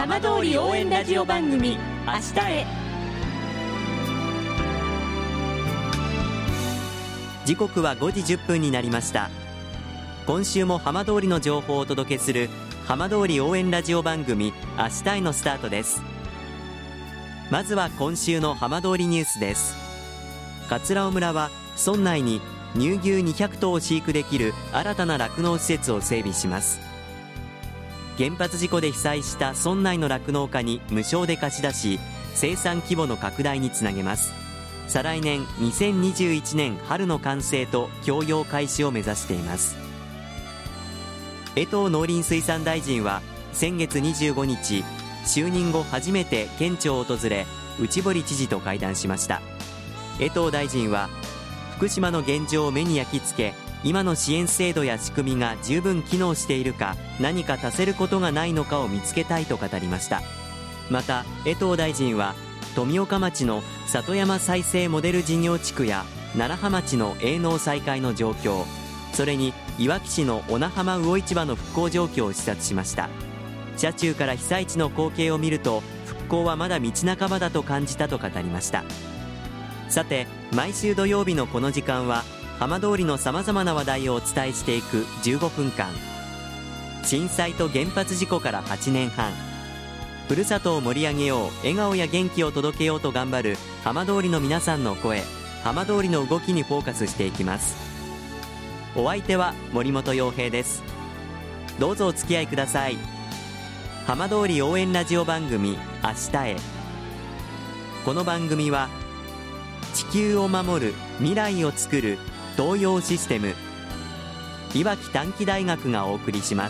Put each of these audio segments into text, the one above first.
浜通り応援ラジオ番組明日へ。 時刻は5時10分になりました。今週も浜通りの情報をお届けする浜通り応援ラジオ番組明日へのスタートです。まずは今週の浜通りニュースです。桂尾村は村内に乳牛200頭を飼育できる新たな酪農施設を整備します。原発事故で被災した村内の酪農家に無償で貸し出し、生産規模の拡大につなげます。再来年2021年春の完成と供用開始を目指しています。江藤農林水産大臣は先月25日、就任後初めて県庁を訪れ、内堀知事と会談しました。江藤大臣は福島の現状を目に焼き付け、今の支援制度や仕組みが十分機能しているか、何か足せることがないのかを見つけたいと語りました。また江藤大臣は富岡町の里山再生モデル事業地区や楢葉町の営農再開の状況、それにいわき市の小名浜魚市場の復興状況を視察しました。車中から被災地の光景を見ると、復興はまだ道半ばだと感じたと語りました。さて、毎週土曜日のこの時間は浜通りのさまざまな話題をお伝えしていく15分間。震災と原発事故から8年半、ふるさとを盛り上げよう、笑顔や元気を届けようと頑張る浜通りの皆さんの声、浜通りの動きにフォーカスしていきます。お相手は森本洋平です。どうぞお付き合いください。浜通り応援ラジオ番組明日へ。この番組は地球を守る、未来をつくる東洋システム、いわき短期大学がお送りします。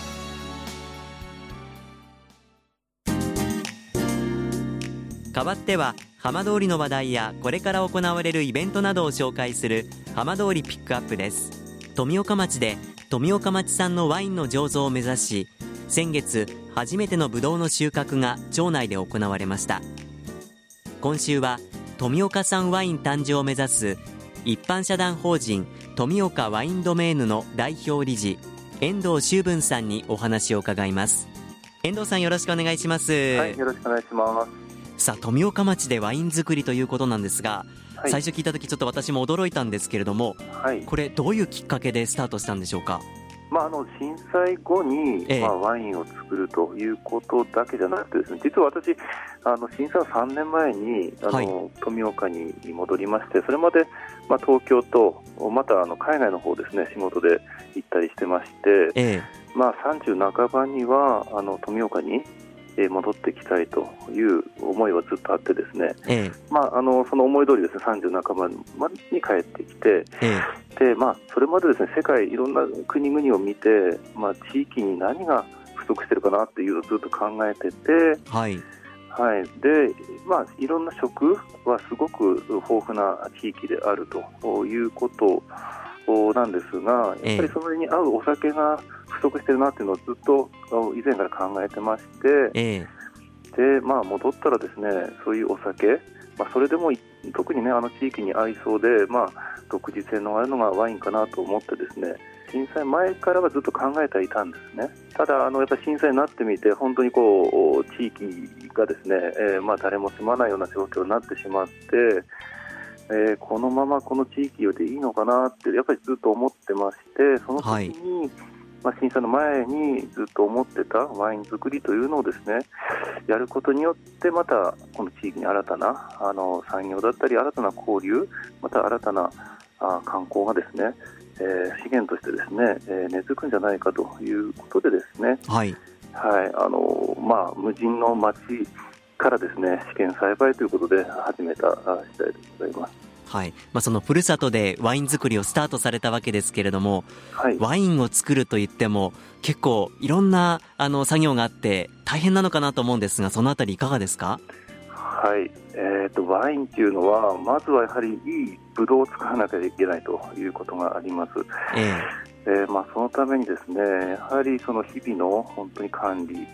代わっては浜通りの話題やこれから行われるイベントなどを紹介する浜通りピックアップです。富岡町で富岡町産のワインの醸造を目指し、先月初めてのブドウの収穫が町内で行われました。今週は富岡産ワイン誕生を目指す一般社団法人富岡ワインドメーヌの代表理事、遠藤修文さんにお話を伺います。遠藤さん、よろしくお願いします。 はい、よろしくお願いします。 さあ、富岡町でワイン作りということなんですが、 はい、 最初聞いた時ちょっと私も驚いたんですけれども、 はい、 これどういうきっかけでスタートしたんでしょうか。 震災後に、ワインを作るということだけじゃなくてですね、実は私震災3年前に富岡に戻りまして、それまで、東京とまた海外の方ですね、仕事で行ったりしてまして、30半ばには富岡に戻ってきたいという思いはずっとあってですね、その思い通りですね、30半ばに帰ってきて、でそれまでですね、世界いろんな国々を見て、地域に何が不足しているかなっていうのをずっと考えてて、でいろんな食はすごく豊富な地域であるということなんですが、やっぱりそれに合うお酒が不足しているなっていうのをずっと以前から考えてまして、で戻ったらですね、そういうお酒、それでも特にね、地域に合いそうで、独自性のあるのがワインかなと思ってですね、震災前からはずっと考えていたんですね。ただやっぱり震災になってみて、本当に地域がですね、誰も住まないような状況になってしまって、このままこの地域でいいのかなってやっぱりずっと思ってまして、その時に、震災の前にずっと思ってたワイン作りというのをですね、やることによってまたこの地域に新たな産業だったり、新たな交流、また新たな観光がですね、資源としてですね、根付くんじゃないかということでですね、無人の町からですね、試験栽培ということで始めた次第でございます。 そのふるさとでワイン作りをスタートされたわけですけれども、ワインを作るといっても結構いろんな作業があって大変なのかなと思うんですが、そのあたりいかがですか。 ワインというのはまずはやはりいいブドウを作らなきゃいけないということがあります。そのためにですね、やはりその日々の本当に管理、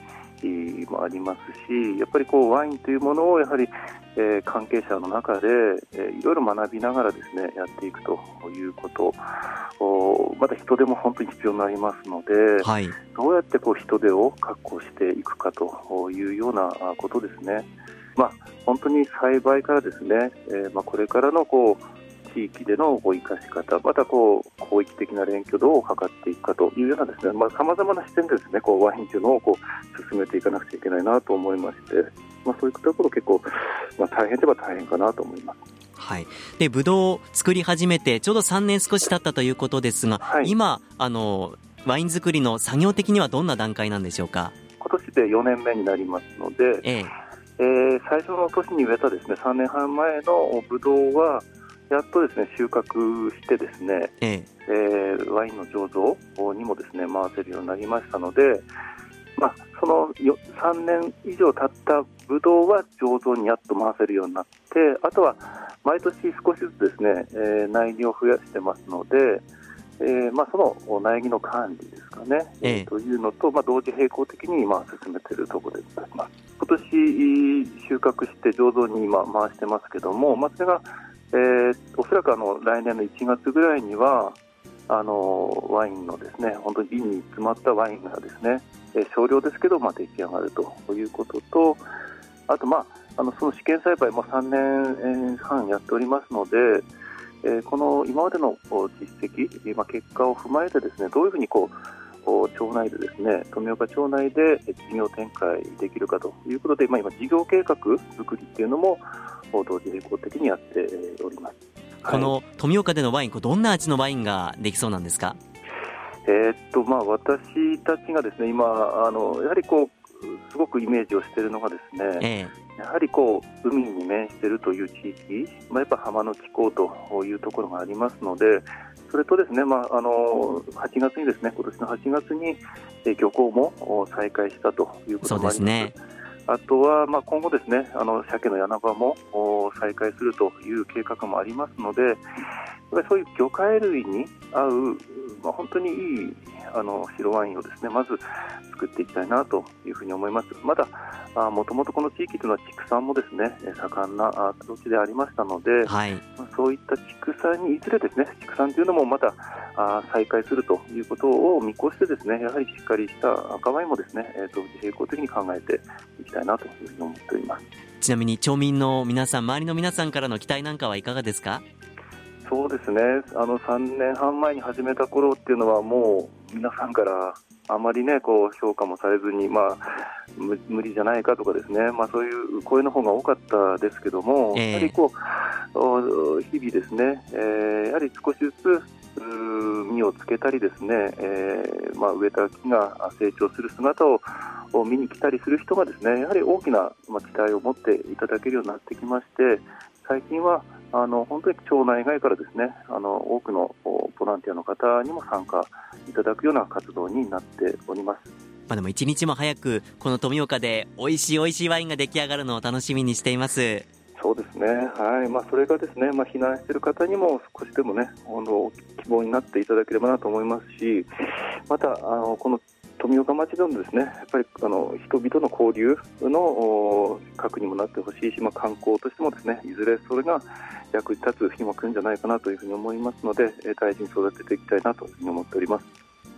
もありますし、やっぱりワインというものをやはり、関係者の中で、いろいろ学びながらですねやっていくということ、また人手も本当に必要になりますので、 はい、 どうやって人手を確保していくかというようなことですね。本当に栽培からですね、これからの地域での生かし方、また広域的な連携度を図っていくかというようなですね、様々な視点でですねワインというのを進めていかなくちゃいけないなと思いまして、そういったところ結構、大変といえば大変かなと思います。 はい、でブドウを作り始めてちょうど3年少し経ったということですが、はい、今ワイン作りの作業的にはどんな段階なんでしょうか。 今年で4年目になりますので、最初の年に植えたですね3年半前のブドウはやっとですね収穫してですね、ワインの醸造にもですね回せるようになりましたので、その3年以上経ったブドウは醸造にやっと回せるようになって、あとは毎年少しずつですね、苗木を増やしてますので、その苗木の管理ですかね、というのと、同時並行的に進めているところであります。今年収穫して醸造に今回してますけども、それが、おそらく来年の1月ぐらいにはワインのですね本当に瓶に詰まったワインがですね、少量ですけど出来上がるということと、あとその試験栽培も3年半やっておりますので、この今までの実績、結果を踏まえてですねどういうふうに町内でですね富岡町内で事業展開できるかということで、今事業計画作りっていうのも同時並行的にやっております。 この富岡でのワイン、どんな味のワインができそうなんですか。 私たちがですね今やはりすごくイメージをしているのがですね、やはり海に面しているという地域、やっぱ浜の気候というところがありますので、それとですね、8月にですね今年の8月に漁港も再開したということもあります。そうですね。あとは今後ですね鮭の柳場も再開するという計画もありますので、そういう魚介類に合う、本当にいい白ワインをですねまず作っていきたいなというふうに思います。まだもともとこの地域というのは畜産もですね盛んな土地でありましたので、そういった畜産にいずれですね畜産というのもまた再開するということを見越してですね、やはりしっかりした赤ワインもですね同時並行的に考えていきたいなというふうに思っております。 ちなみに町民の皆さん、周りの皆さんからの期待なんかはいかがですか。 そうですね、3年半前に始めた頃っていうのはもう皆さんからあまりね評価もされずに、無理じゃないかとかですね、そういう声の方が多かったですけども、やはり日々ですね、やはり少しずつ実をつけたりですね、植えた木が成長する姿を見に来たりする人がですねやはり大きな期待を持っていただけるようになってきまして、最近は本当に町内外からですね多くのボランティアの方にも参加いただくような活動になっております。 でも一日も早くこの富岡で美味しいワインが出来上がるのを楽しみにしています。 そうですね、それがですね、避難している方にも少しでもね希望になっていただければなと思いますし、またこの富岡町でもですねやっぱり人々の交流の核にもなってほしいし、観光としてもですねいずれそれが役に立つ日も来るんじゃないかなというふうに思いますので、大事に育てていきたいなというふうに思っております。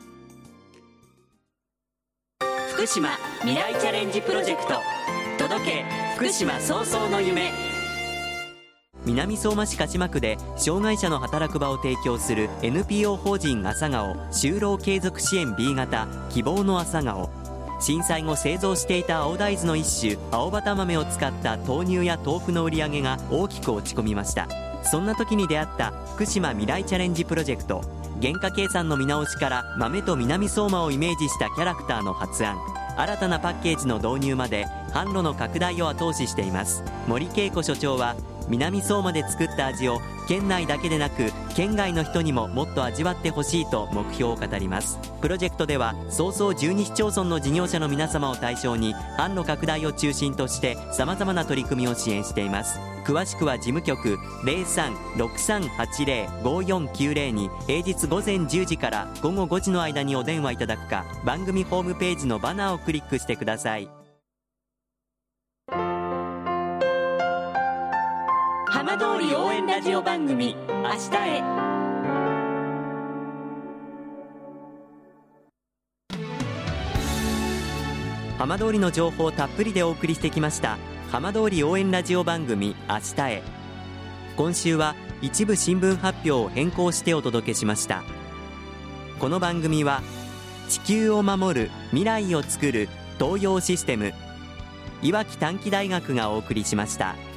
福島未来チャレンジプロジェクト、届け福島早々の夢。 南相馬市鹿島区で障害者の働く場を提供する NPO 法人朝顔就労継続支援 B 型希望の朝顔。震災後製造していた青大豆の一種青バタ豆を使った豆乳や豆腐の売り上げが大きく落ち込みました。そんな時に出会った福島未来チャレンジプロジェクト。原価計算の見直しから豆と南相馬をイメージしたキャラクターの発案、新たなパッケージの導入まで販路の拡大を後押ししています。森恵子所長は南相馬で作った味を県内だけでなく県外の人にももっと味わってほしいと目標を語ります。プロジェクトでは早々12市町村の事業者の皆様を対象に販路拡大を中心としてさまざまな取り組みを支援しています。詳しくは事務局 03-6380-5490 に平日午前10時から午後5時の間にお電話いただくか、番組ホームページのバナーをクリックしてください。 浜通り応援ラジオ番組明日へ。 浜通りの情報をたっぷりでお送りしてきました浜通り応援ラジオ番組明日へ。今週は一部新聞発表を変更してお届けしました。この番組は地球を守る未来をつくる東洋システム、いわき短期大学がお送りしました。